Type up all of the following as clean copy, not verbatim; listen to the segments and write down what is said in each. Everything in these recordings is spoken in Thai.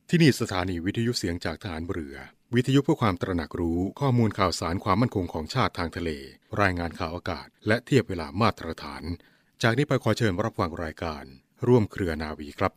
ที่นี่สถานีวิทยุเสียงจากทหารเรือวิทยุเพื่อความตระหนักรู้ข้อมูลข่าวสารความมั่นคงของชาติทางทะเลรายงานข่าวอากาศและเทียบเวลามาตรฐานจากนี้ไปขอเชิญรับฟังรายการร่วมเครือนาวีครับ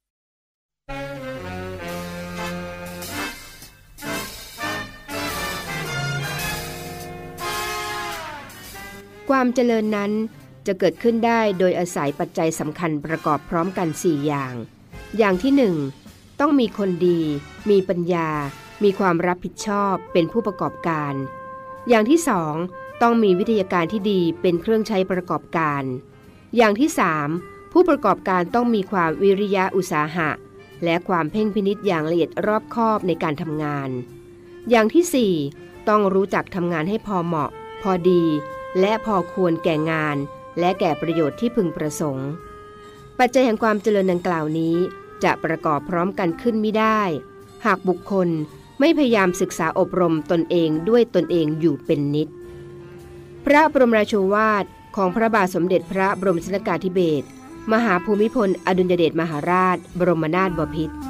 ความเจริญนั้นจะเกิดขึ้นได้โดยอาศัยปัจจัยสำคัญประกอบพร้อมกัน4อย่างอย่างที่1ต้องมีคนดีมีปัญญามีความรับผิดชอบเป็นผู้ประกอบการอย่างที่2ต้องมีวิทยาการที่ดีเป็นเครื่องใช้ประกอบการอย่างที่3ผู้ประกอบการต้องมีความวิริยะอุตสาหะและความเพ่งพินิจอย่างละเอียดรอบคอบในการทำงานอย่างที่4ต้องรู้จักทำงานให้พอเหมาะพอดีและพอควรแก่งานและแก่ประโยชน์ที่พึงประสงค์ปัจจัยแห่งความเจริญดังกล่าวนี้จะประกอบพร้อมกันขึ้นไม่ได้หากบุคคลไม่พยายามศึกษาอบรมตนเองด้วยตนเองอยู่เป็นนิดพระบรมราโชวาทของพระบาทสมเด็จพระบรมชนกาธิเบศรมหาภูมิพลอดุลยเดชมหาราชบรมนาถบพิตร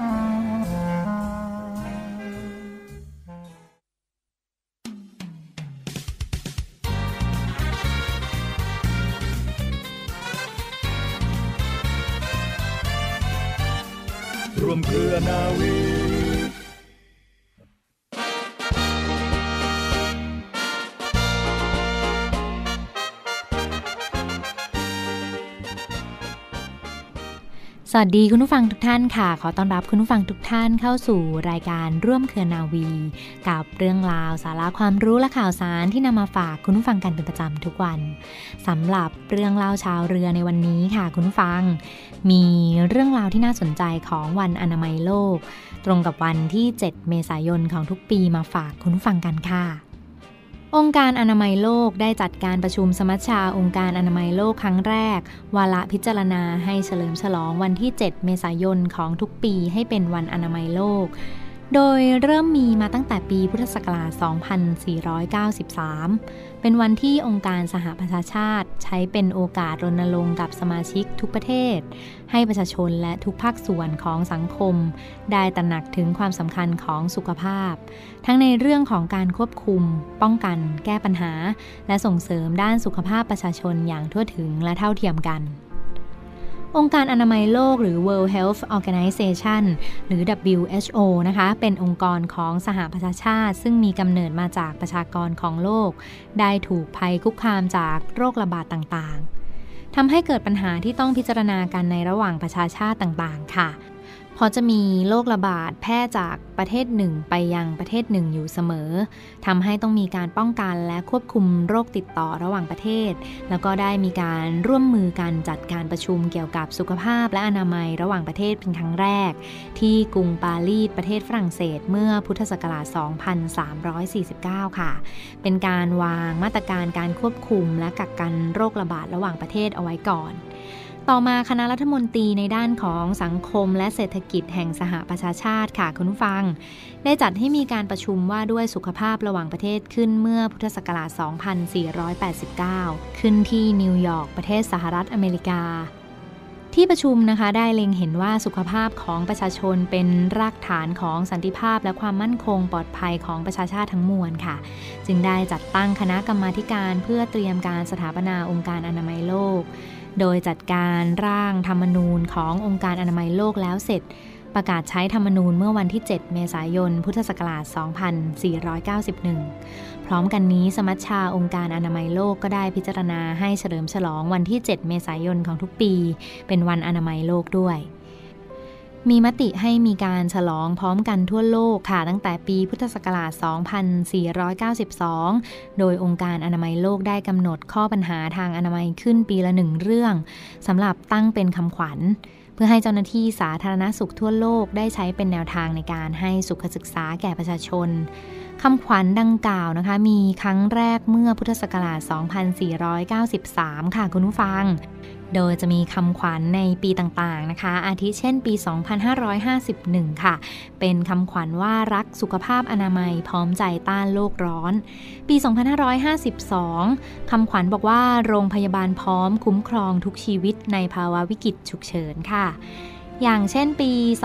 ร่วมเครือนาวีสวัสดีคุณผู้ฟังทุกท่านค่ะขอต้อนรับคุณผู้ฟังทุกท่านเข้าสู่รายการร่วมเครือนาวีกับเรื่องราวสาระความรู้และข่าวสารที่นำมาฝากคุณผู้ฟังกันเป็นประจำทุกวันสำหรับเรื่องเล่าชาวเรือในวันนี้ค่ะคุณผู้ฟังมีเรื่องราวที่น่าสนใจของวันอนามัยโลกตรงกับวันที่7เมษายนของทุกปีมาฝากคุณผู้ฟังกันค่ะองค์การอนามัยโลกได้จัดการประชุมสมัชชาองค์การอนามัยโลกครั้งแรกวาระพิจารณาให้เฉลิมฉลองวันที่7เมษายนของทุกปีให้เป็นวันอนามัยโลกโดยเริ่มมีมาตั้งแต่ปีพุทธศักราช 2493 เป็นวันที่องค์การสหประชาชาติใช้เป็นโอกาสรณรงค์กับสมาชิกทุกประเทศให้ประชาชนและทุกภาคส่วนของสังคมได้ตระหนักถึงความสำคัญของสุขภาพทั้งในเรื่องของการควบคุมป้องกันแก้ปัญหาและส่งเสริมด้านสุขภาพประชาชนอย่างทั่วถึงและเท่าเทียมกันองค์การอนามัยโลกหรือ World Health Organization หรือ WHO นะคะเป็นองค์กรของสหประชาชาติซึ่งมีกำเนิดมาจากประชากรของโลกได้ถูกภัยคุกคามจากโรคระบาดต่างๆทำให้เกิดปัญหาที่ต้องพิจารณากันในระหว่างประชาชาติต่างๆค่ะเพราะจะมีโรคระบาดแพร่จากประเทศหนึ่งไปยังประเทศหนึ่งอยู่เสมอทำให้ต้องมีการป้องกันและควบคุมโรคติดต่อระหว่างประเทศแล้วก็ได้มีการร่วมมือกันจัดการประชุมเกี่ยวกับสุขภาพและอนามัยระหว่างประเทศเป็นครั้งแรกที่กรุงปารีสประเทศฝรั่งเศสเมื่อพุทธศักราช 2349 ค่ะเป็นการวางมาตรการการควบคุมและกักกันโรคระบาดระหว่างประเทศเอาไว้ก่อนต่อมาคณะรัฐมนตรีในด้านของสังคมและเศรษฐกิจแห่งสหประชาชาติค่ะคุณผู้ฟังได้จัดให้มีการประชุมว่าด้วยสุขภาพระหว่างประเทศขึ้นเมื่อพุทธศักราช 2489 ขึ้นที่นิวยอร์กประเทศสหรัฐอเมริกาที่ประชุมนะคะได้เล็งเห็นว่าสุขภาพของประชาชนเป็นรากฐานของสันติภาพและความมั่นคงปลอดภัยของประชาชาติทั้งมวลค่ะจึงได้จัดตั้งคณะกรรมาธิการเพื่อเตรียมการสถาปนาองค์การอนามัยโลกโดยจัดการร่างธรรมนูญขององค์การอนามัยโลกแล้วเสร็จประกาศใช้ธรรมนูญเมื่อวันที่7เมษายนพุทธศักราช 2491 พร้อมกันนี้สมัชชาองค์การอนามัยโลกก็ได้พิจารณาให้เฉลิมฉลองวันที่7เมษายนของทุกปีเป็นวันอนามัยโลกด้วยมีมติให้มีการฉลองพร้อมกันทั่วโลกค่ะตั้งแต่ปีพุทธศักราช 2492 โดยองค์การอนามัยโลกได้กำหนดข้อปัญหาทางอนามัยขึ้นปีละ1เรื่องสำหรับตั้งเป็นคำขวัญเพื่อให้เจ้าหน้าที่สาธารณสุขทั่วโลกได้ใช้เป็นแนวทางในการให้สุขศึกษาแก่ประชาชนคำขวัญดังกล่าวนะคะมีครั้งแรกเมื่อพุทธศักราช 2493 ค่ะคุณผู้ฟังโดยจะมีคำขวัญในปีต่างๆนะคะอาทิเช่นปี 2551 ค่ะเป็นคำขวัญว่ารักสุขภาพอนามัยพร้อมใจต้านโลกร้อนปี 2552 คำขวัญบอกว่าโรงพยาบาลพร้อมคุ้มครองทุกชีวิตในภาวะวิกฤตฉุกเฉินค่ะอย่างเช่นปี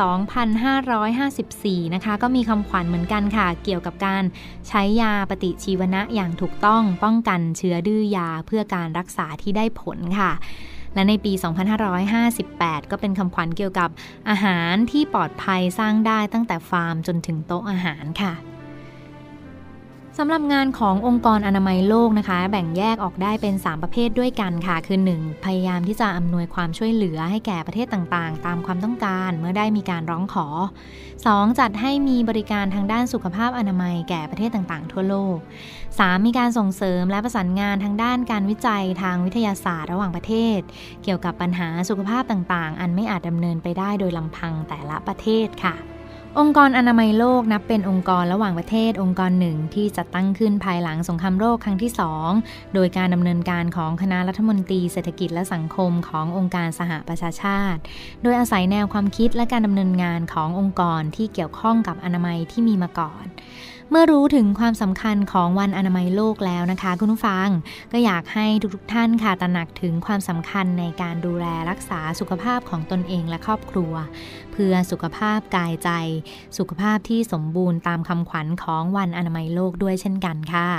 2554 นะคะก็มีคำขวัญเหมือนกันค่ะเกี่ยวกับการใช้ยาปฏิชีวนะอย่างถูกต้องป้องกันเชื้อดื้อยาเพื่อการรักษาที่ได้ผลค่ะและในปี 2558 ก็เป็นคำขวัญเกี่ยวกับอาหารที่ปลอดภัยสร้างได้ตั้งแต่ฟาร์มจนถึงโต๊ะอาหารค่ะสำหรับงานขององค์กรอนามัยโลกนะคะแบ่งแยกออกได้เป็น3ประเภทด้วยกันค่ะคือ 1. พยายามที่จะอำนวยความช่วยเหลือให้แก่ประเทศต่างๆตามความต้องการเมื่อได้มีการร้องขอ 2. จัดให้มีบริการทางด้านสุขภาพอนามัยแก่ประเทศต่างๆทั่วโลก 3. มีการส่งเสริมและประสานงานทางด้านการวิจัยทางวิทยาศาสตร์ระหว่างประเทศเกี่ยวกับปัญหาสุขภาพต่างๆอันไม่อาจดำเนินไปได้โดยลำพังแต่ละประเทศค่ะองค์กรอนามัยโลกนับเป็นองค์กรระหว่างประเทศองค์กรหนึ่งที่จัดตั้งขึ้นภายหลังสงครามโลกครั้งที่ 2โดยการดำเนินการของคณะรัฐมนตรีเศรษฐกิจและสังคมขององค์การสหประชาชาติโดยอาศัยแนวความคิดและการดำเนินงานขององค์กรที่เกี่ยวข้องกับอนามัยที่มีมาก่อนเมื่อรู้ถึงความสำคัญของวันอนามัยโลกแล้วนะคะคุณผู้ฟังก็อยากให้ทุกท่านค่ะตระหนักถึงความสำคัญในการดูแลรักษาสุขภาพของตนเองและครอบครัวเพื่อสุขภาพกายใจสุขภาพที่สมบูรณ์ตามคำขวัญของวันอนามัยโลกด้วยเช่นกันค่ะ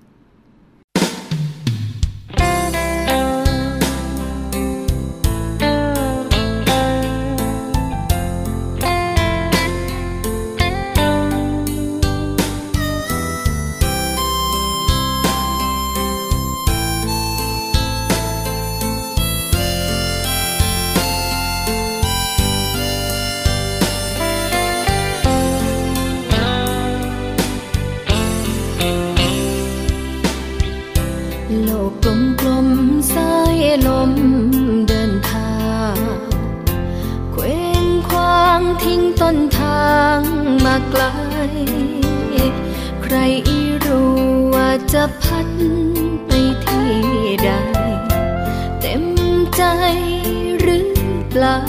ลมเดินทางเคว้งคว้างทิ้งต้นทางมาไกลใครรู้ว่าจะพัดไปที่ใดเต็มใจหรือเปล่า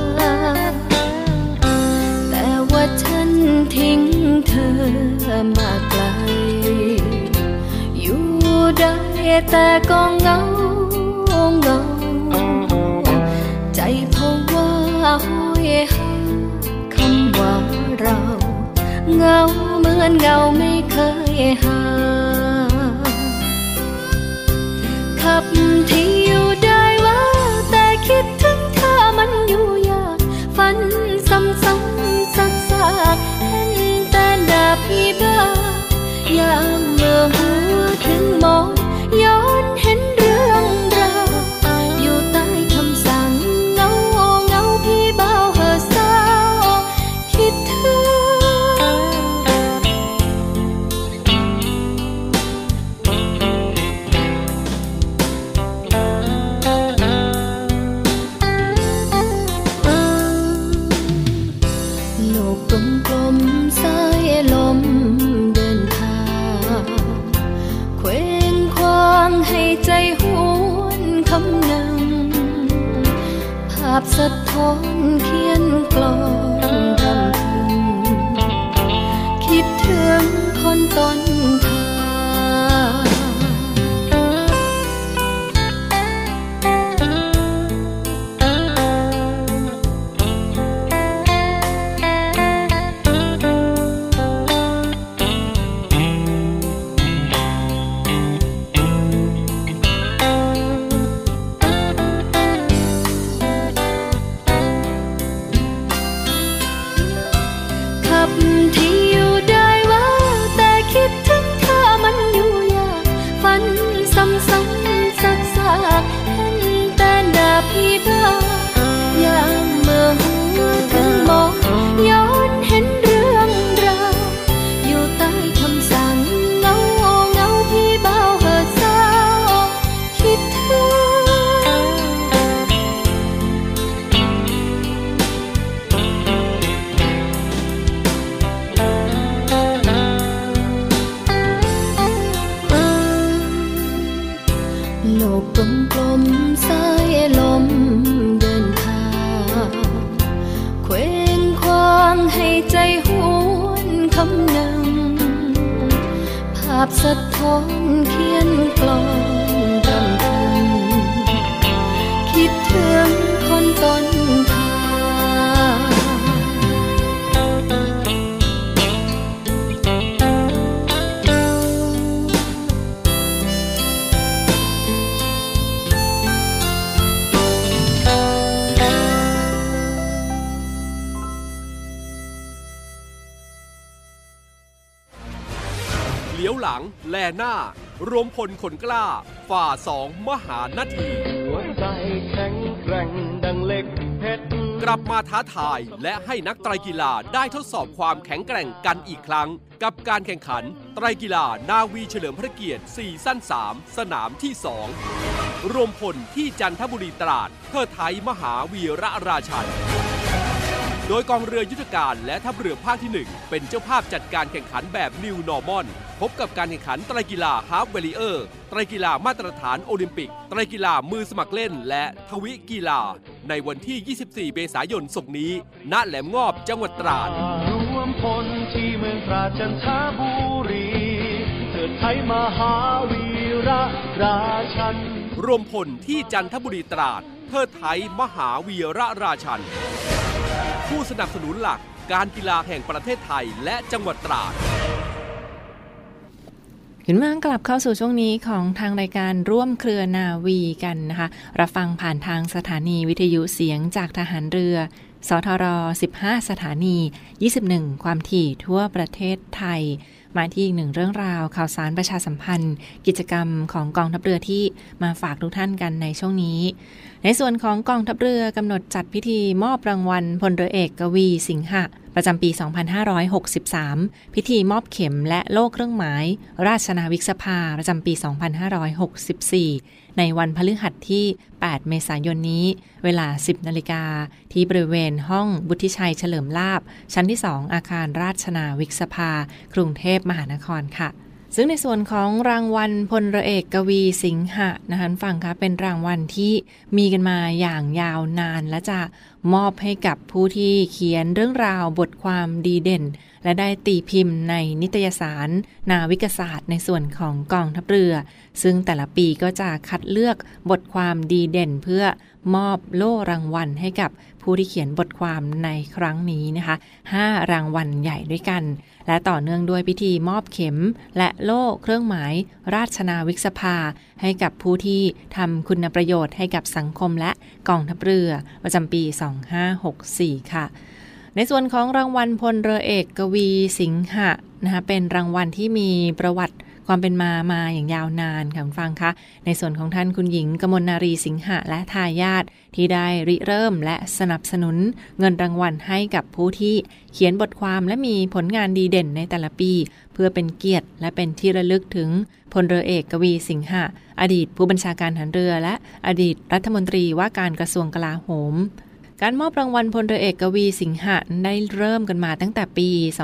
แต่ว่าฉันทิ้งเธอมาไกลอยู่ได้แต่ก็เหงาใจเพราะว่าห้อยหาคำว่าเราเหงาเหมือนเหงาไม่เคยหาขับที่อยู่ได้ว่าแต่คิดถึงเธอมันอยู่ยากฝันซ้ำๆซักๆเห็นแต่หน้าพี่บ้ายามเมื่อหัวถึงมองย้อนเห็นเรื่องราวอยู่ใต้คำสั่งเงาพี่บ่าวเห่อสาวคิดถึงโลกกลมๆสายลมเดินทางเคว้งคว้างให้ใจหวนคำนึงภาพสะท้อนเขียนกลอนรำพึงคิดถึงคนต้นทางที่อยู่ได้ว่าแต่คิดถึงเธอมันอยู่ยากฝันซ้ำๆซักๆเห็นแต่หน้าพี่บ้ายามเมื่อหัวถึงมองย้อนเห็นเรื่องราวอยู่ใต้คำสั่งเงาพี่บ่าวเห่อสาวคิดถึงโลกกลมๆสายลมเดินทางเคว้งคว้างให้ใจหวนคำนึงภาพสะท้อนเขียนกลอนรำพึงคิดถึงคนต้นทางเหลียวหลังแลหน้ารวมพลคนกล้าฝ่า2 มหานาทีหัวใจแข็งแกร่งดังเหล็กเพชรกลับมาท้าทายและให้นักไตรกีฬาได้ทดสอบความแข็งแกร่งกันอีกครั้งกับการแข่งขันไตรกีฬานาวีเฉลิมพระเกียรติซีซั่น3สนามที่2รวมพลที่จันทบุรีตราดเทิดไทยมหาวีระราชันโดยกองเรือยุทธการและทัพเรือภาคที่1เป็นเจ้าภาพจัดการแข่งขันแบบ New Normal พบกับการแข่งขันไตรกีฬาฮาล์ฟเวลิเออร์ไตรกีฬามาตรฐานโอลิมปิกไตรกีฬามือสมัครเล่นและทวิกีฬาในวันที่24เมษายนศกนี้ณแหลมงอบจังหวัดตราดรวมพลที่เมืองตราดจันทบุรีเทิดไทยมหาวีระราชันรวมพลที่จันทบุรีตราดเทิดไทยมหาวีระราชันผู้สนับสนุนหลักการกีฬาแห่งประเทศไทยและจังหวัดตราดขึ้นมากลับเข้าสู่ช่วงนี้ของทางรายการร่วมเครือนาวีกันนะคะรับฟังผ่านทางสถานีวิทยุเสียงจากทหารเรือสทร15สถานี21ความถี่ทั่วประเทศไทยมาที่อีกหนึ่งเรื่องราวข่าวสารประชาสัมพันธ์กิจกรรมของกองทัพเรือที่มาฝากทุกท่านกันในช่วงนี้ในส่วนของกองทัพเรือกำหนดจัดพิธีมอบรางวัลพลเรือเอกกวีสิงหะประจำปี 2563 พิธีมอบเข็มและโล่เครื่องหมายราชนาวิกสภาประจำปี 2564 ในวันพฤหัสที่ 8 เมษายนนี้เวลา 10 นาฬิกาที่บริเวณห้องบุธิชัยเฉลิมลาภชั้นที่ 2 อาคารราชนาวิกสภากรุงเทพมหานครค่ะซึ่งในส่วนของรางวัลพลเรือเอกกวีสิงหะนะคะฟังคะเป็นรางวัลที่มีกันมาอย่างยาวนานและจะมอบให้กับผู้ที่เขียนเรื่องราวบทความดีเด่นและได้ตีพิมพ์ในนิตยสารนาวิกศาสตร์ในส่วนของกองทัพเรือซึ่งแต่ละปีก็จะคัดเลือกบทความดีเด่นเพื่อมอบโล่รางวัลให้กับผู้ที่เขียนบทความในครั้งนี้นะคะ5รางวัลใหญ่ด้วยกันและต่อเนื่องด้วยพิธีมอบเข็มและโล่เครื่องหมายราชนาวิกสภาให้กับผู้ที่ทำคุณประโยชน์ให้กับสังคมและกองทัพเรือประจำปี 2564 ค่ะในส่วนของรางวัลพลเรือเอกกวีสิงหะนะคะเป็นรางวัลที่มีประวัติความเป็นมาอย่างยาวนานค่ะคุณฟังคะในส่วนของท่านคุณหญิงกมลนารีสิงหะและทายาทที่ได้ริเริ่มและสนับสนุนเงินรางวัลให้กับผู้ที่เขียนบทความและมีผลงานดีเด่นในแต่ละปีเพื่อเป็นเกียรติและเป็นที่ระลึกถึงพลเรือเอกกวีสิงหะอดีตผู้บัญชาการทหารเรือและอดีตรัฐมนตรีว่าการกระทรวงกลาโหมการมอบรางวัลพลเรือเอกกวีสิงหะได้เริ่มกันมาตั้งแต่ปี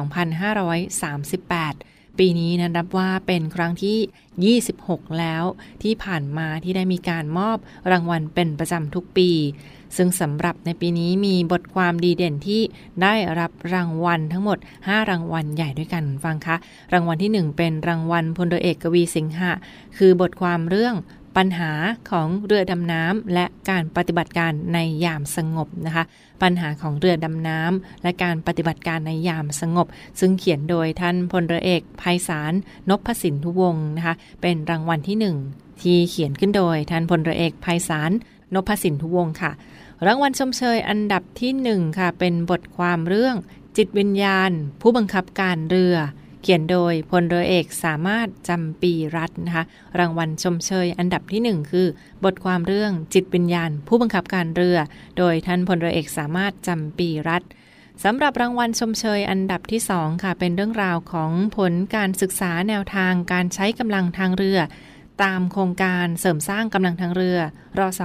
2538 ปีนี้นั้นนับว่าเป็นครั้งที่ 26 แล้วที่ผ่านมาที่ได้มีการมอบรางวัลเป็นประจำทุกปีซึ่งสำหรับในปีนี้มีบทความดีเด่นที่ได้รับรางวัลทั้งหมด5รางวัลใหญ่ด้วยกันฟังคะรางวัลที่1เป็นรางวัลพลเรือเอกกวีสิงหะคือบทความเรื่องปัญหาของเรือดำน้ำและการปฏิบัติการในยามสงบนะคะปัญหาของเรือดำน้ำและการปฏิบัติการในยามสงบซึ่งเขียนโดยท่านพลเรือเอกไพศาลนพสินธุวงศ์นะคะเป็นรางวัลที่1ที่เขียนขึ้นโดยท่านพลเรือเอกไพศาลนพสินธุวงศ์ค่ะรางวัลชมเชยอันดับที่1ค่ะเป็นบทความเรื่องจิตวิญญาณผู้บังคับการเรือเขียนโดยพลเรือเอกสามารถจำปีรัตน์นะคะรางวัลชมเชยอันดับที่1คือบทความเรื่องจิตวิญญาณผู้บังคับการเรือโดยท่านพลเรือเอกสามารถจำปีรัตน์สำหรับรางวัลชมเชยอันดับที่2ค่ะเป็นเรื่องราวของผลการศึกษาแนวทางการใช้กำลังทางเรือตามโครงการเสริมสร้างกำลังทางเรือรศ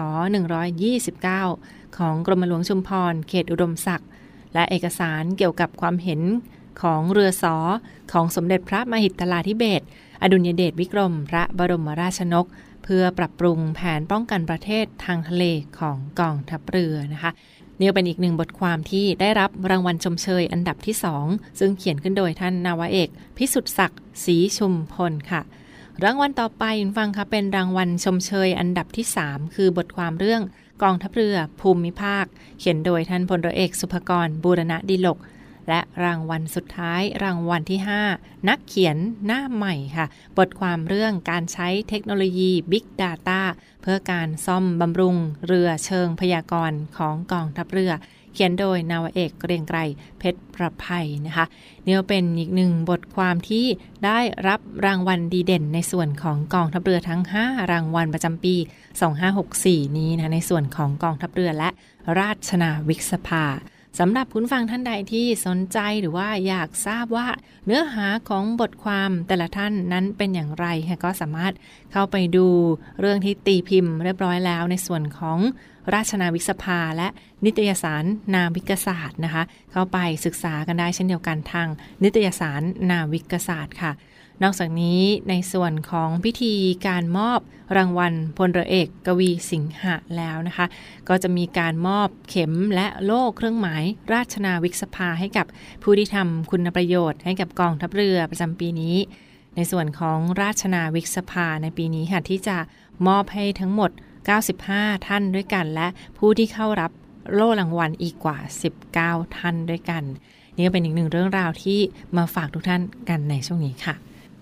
129ของกรมหลวงชุมพรเขตอุดมศักดิ์และเอกสารเกี่ยวกับความเห็นของเรือสอของสมเด็จพระมหิดลาธิเบศรอดุลยเดชวิกรมพระบรมราชนกเพื่อปรับปรุงแผนป้องกันประเทศทางทะเลของกองทัพเรือนะคะนี่เป็นอีกหนึ่งบทความที่ได้รับรางวัลชมเชยอันดับที่2ซึ่งเขียนขึ้นโดยท่านนาวาเอกพิสุทธิ์ศักดิ์ศรีชุมพลค่ะรางวัลต่อไปฟังค่ะเป็นรางวัลชมเชยอันดับที่3คือบทความเรื่องกองทัพเรือภูมิภาคเขียนโดยท่านพลเรือเอกสุภกรบูรณดิลกและรางวัลสุดท้ายรางวัลที่5นักเขียนหน้าใหม่ค่ะบทความเรื่องการใช้เทคโนโลยี Big Data เพื่อการซ่อมบำรุงเรือเชิงพยากรณ์ของกองทัพเรือเขียนโดยนาวาเอกเกรียงไกรเพชรประภัยนะคะนี่ก็เป็นอีกหนึ่งบทความที่ได้รับรางวัลดีเด่นในส่วนของกองทัพเรือทั้ง5รางวัลประจำปี2564นี้นะในส่วนของกองทัพเรือและราชนาวิกสภาสำหรับคุณฟังท่านใดที่สนใจหรือว่าอยากทราบว่าเนื้อหาของบทความแต่ละท่านนั้นเป็นอย่างไรก็สามารถเข้าไปดูเรื่องที่ตีพิมพ์เรียบร้อยแล้วในส่วนของราชนาวิกสภาและนิตยสารนาวิกศาสตร์นะคะเข้าไปศึกษากันได้เช่นเดียวกันทางนิตยสารนาวิกศาสตร์ค่ะนอกจากนี้ในส่วนของพิธีการมอบรางวัลพลเรือเอกกวีสิงหะแล้วนะคะก็จะมีการมอบเข็มและโล่เครื่องหมายราชนาวิกสภาให้กับผู้ที่ทำคุณประโยชน์ให้กับกองทัพเรือประจำปีนี้ในส่วนของราชนาวิกสภาในปีนี้ค่ะที่จะมอบให้ทั้งหมด95ท่านด้วยกันและผู้ที่เข้ารับโล่รางวัลอีกกว่า19ท่านด้วยกันนี่ก็เป็นอีกหนึ่งเรื่องราวที่มาฝากทุกท่านกันในช่วงนี้ค่ะ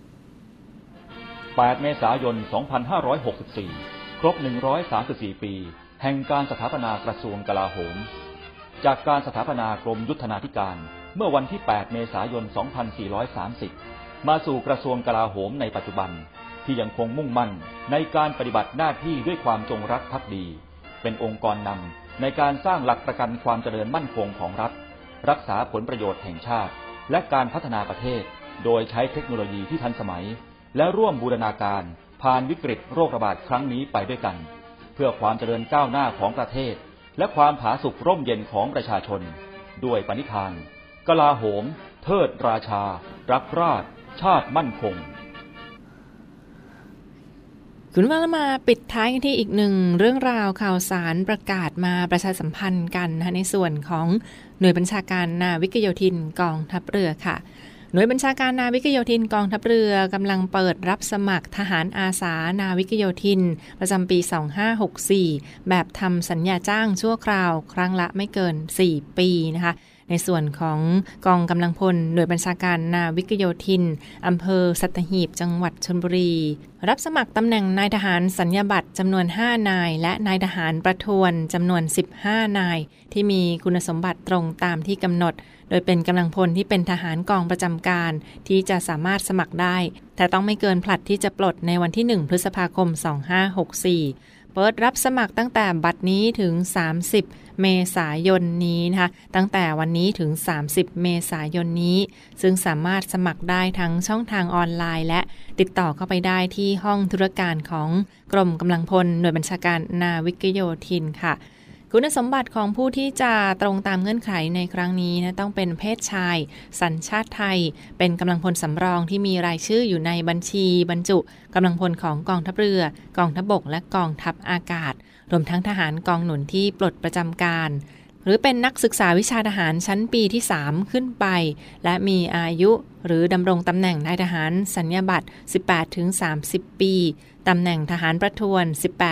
8 เมษายน 2564 ครบ 134 ปีแห่งการสถาปนากระทรวงกลาโหมจากการสถาปนากรมยุทธนาธิการเมื่อวันที่ 8 เมษายน 2430 มาสู่กระทรวงกลาโหมในปัจจุบันที่ยังคงมุ่งมั่นในการปฏิบัติหน้าที่ด้วยความจงรักภักดีเป็นองค์กรนำในการสร้างหลักประกันความเจริญมั่นคงของรัฐรักษาผลประโยชน์แห่งชาติและการพัฒนาประเทศโดยใช้เทคโนโลยีที่ทันสมัยและร่วมบูรณาการผ่านวิกฤตโรคระบาดครั้งนี้ไปด้วยกันเพื่อความเจริญก้าวหน้าของประเทศและความผาสุกร่มเย็นของประชาชนด้วยปณิธานกลาโหมเทิดราชารักราชชาติมั่นคงคุณว่ามาปิดท้ายกันที่อีกหนึ่งเรื่องราวข่าวสารประกาศมาประชาสัมพันธ์กันในส่วนของหน่วยบัญชาการนาวิกโยธินกองทัพเรือค่ะหน่วยบัญชาการนาวิกโยธินกองทัพเรือกำลังเปิดรับสมัครทหารอาสานาวิกโยธินประจำปี2564แบบทำสัญญาจ้างชั่วคราวครั้งละไม่เกิน4ปีนะคะในส่วนของกองกำลังพลหน่วยบัญชาการนาวิกโยธินอำเภอสัตหีบจังหวัดชลบุรีรับสมัครตำแหน่งนายทหารสัญญาบัตรจำนวน5นายและนายทหารประทวนจำนวน15นายที่มีคุณสมบัติตรงตามที่กำหนดโดยเป็นกำลังพลที่เป็นทหารกองประจำการที่จะสามารถสมัครได้แต่ต้องไม่เกินผลัดที่จะปลดในวันที่1พฤษภาคม2564เปิดรับสมัครตั้งแต่บัดนี้ถึง30เมษายนนี้นะคะตั้งแต่วันนี้ถึง30เมษายนนี้ซึ่งสามารถสมัครได้ทั้งช่องทางออนไลน์และติดต่อเข้าไปได้ที่ห้องธุรการของกรมกำลังพลหน่วยบัญชาการนาวิกโยธินค่ะคุณสมบัติของผู้ที่จะตรงตามเงื่อนไขในครั้งนี้นะต้องเป็นเพศชายสัญชาติไทยเป็นกำลังพลสำรองที่มีรายชื่ออยู่ในบัญชีบรรจุกำลังพลของกองทัพเรือกองทัพบกและกองทัพอากาศรวมทั้งทหารกองหนุนที่ปลดประจำการหรือเป็นนักศึกษาวิชาทหารชั้นปีที่3ขึ้นไปและมีอายุหรือดำรงตำแหน่งนายทหารสัญญาบัตร 18-30 ปีตำแหน่งทหารประทวน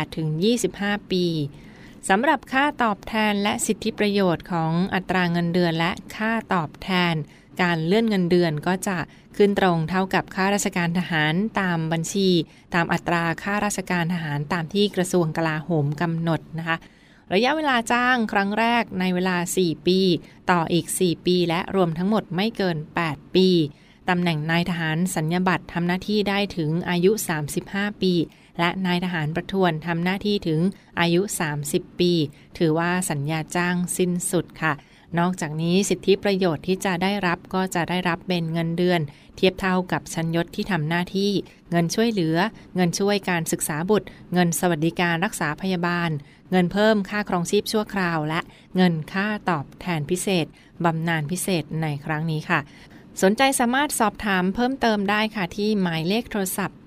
18-25 ปีสำหรับค่าตอบแทนและสิทธิประโยชน์ของอัตราเงินเดือนและค่าตอบแทนการเลื่อนเงินเดือนก็จะขึ้นตรงเท่ากับข้าราชการทหารตามบัญชีตามอัตราข้าราชการทหารตามที่กระทรวงกลาโหมกำหนดนะคะระยะเวลาจ้างครั้งแรกในเวลา4ปีต่ออีก4ปีและรวมทั้งหมดไม่เกิน8ปีตำแหน่งนายทหารสัญญาบัตรทำหน้าที่ได้ถึงอายุ35ปีและนายทหารประทวนทำหน้าที่ถึงอายุ30ปีถือว่าสัญญาจ้างสิ้นสุดค่ะนอกจากนี้สิทธิประโยชน์ที่จะได้รับก็จะได้รับเป็นเงินเดือนเทียบเท่ากับชั้นยศที่ทำหน้าที่เงินช่วยเหลือเงินช่วยการศึกษาบุตรเงินสวัสดิการรักษาพยาบาลเงินเพิ่มค่าครองชีพชั่วคราวและเงินค่าตอบแทนพิเศษบำนาญพิเศษในครั้งนี้ค่ะสนใจสามารถสอบถามเพิ่มเติมได้ค่ะที่หมายเลขโทรศัพท์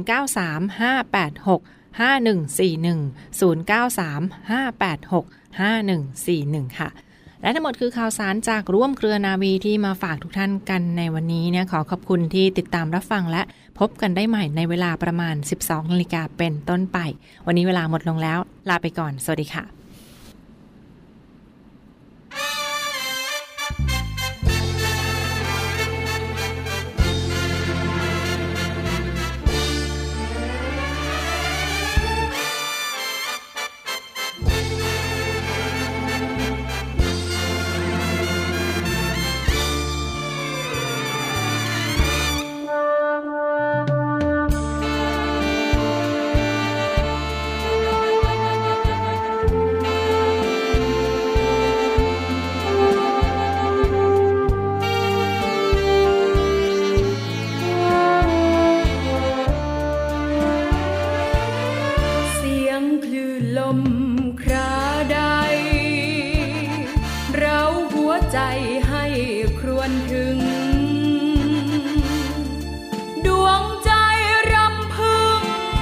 0935865141 ค่ะและทั้งหมดคือข่าวสารจากร่วมเครือนาวีที่มาฝากทุกท่านกันในวันนี้เนี่ยขอขอบคุณที่ติดตามรับฟังและพบกันได้ใหม่ในเวลาประมาณ 12 นาฬิกาเป็นต้นไปวันนี้เวลาหมดลงแล้วลาไปก่อนสวัสดีค่ะวนถึงดวงใจรำพึง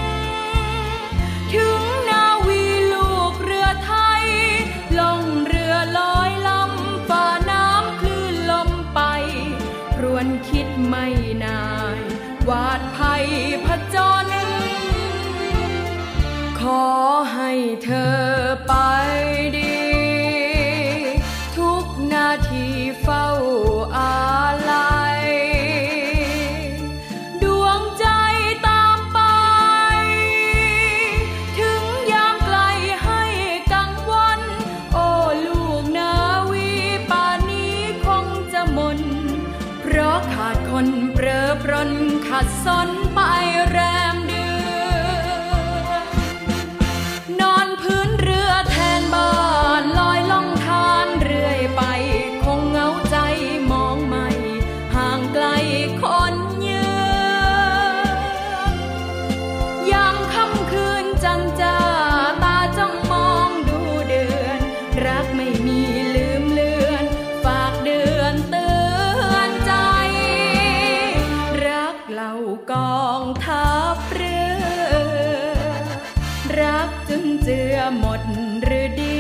ถึงนาวีลูกเรือไทยล่องเรือลอยลำฝ่าน้ำคลื่นลมไปครวญคิดไม่นานวาดภัยผจญขอให้เธอไปดีทุกนาทีเฝ้าอาลัยดวงใจตามไปถึงยามไกลให้กังวลโอ้ลูกนาวีป่านนี้คงจะหมดเพราะขาดคนเปรอปรนขัดสนไปแรมเดือนนอนพื้นเรือแทนบ้านลอยล่องทานเรื่อยไปคงเหงาใจมองไม่ห่างไกลคนเยือนยามค่ำคืนจันจ้าตาจ้องมองดูเดือนรักไม่มีลืมเลือนฝากเดือนเตือนใจรักเหล่ากองทัพเรือรักจนเจือหมดหรือดี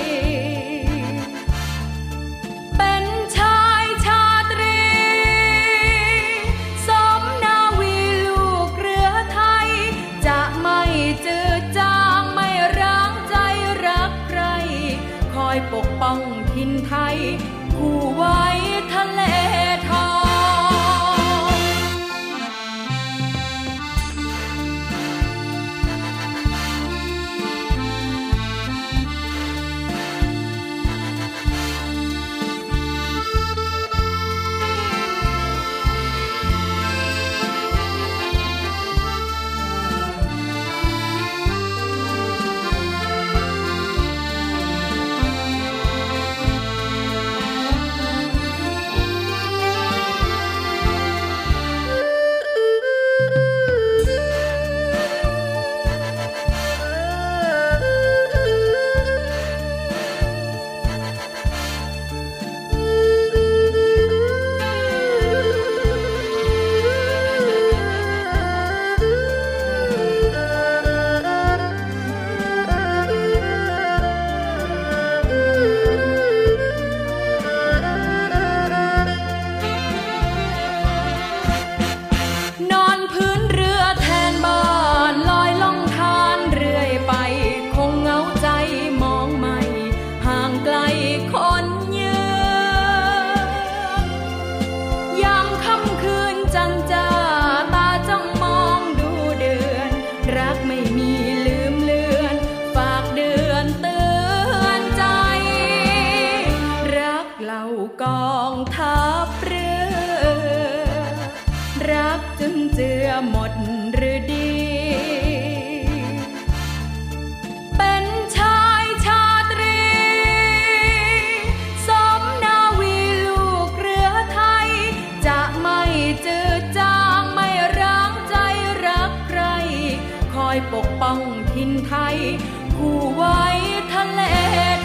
เป็นชายชาตรีสมนาวีลูกเรือไทยจะไม่จืดจางไม่ร้างใจรักใครคอยปกป้องถิ่นไทยคู่ไว้ทะเลทองกองทัพเรือรักจนเจือหมดหรือดีเป็นชายชาตรีสมนาวีลูกเรือไทยจะไม่จืดจางไม่ร้างใจรักใครคอยปกป้องถิ่นไทยคู่ไว้ทะเล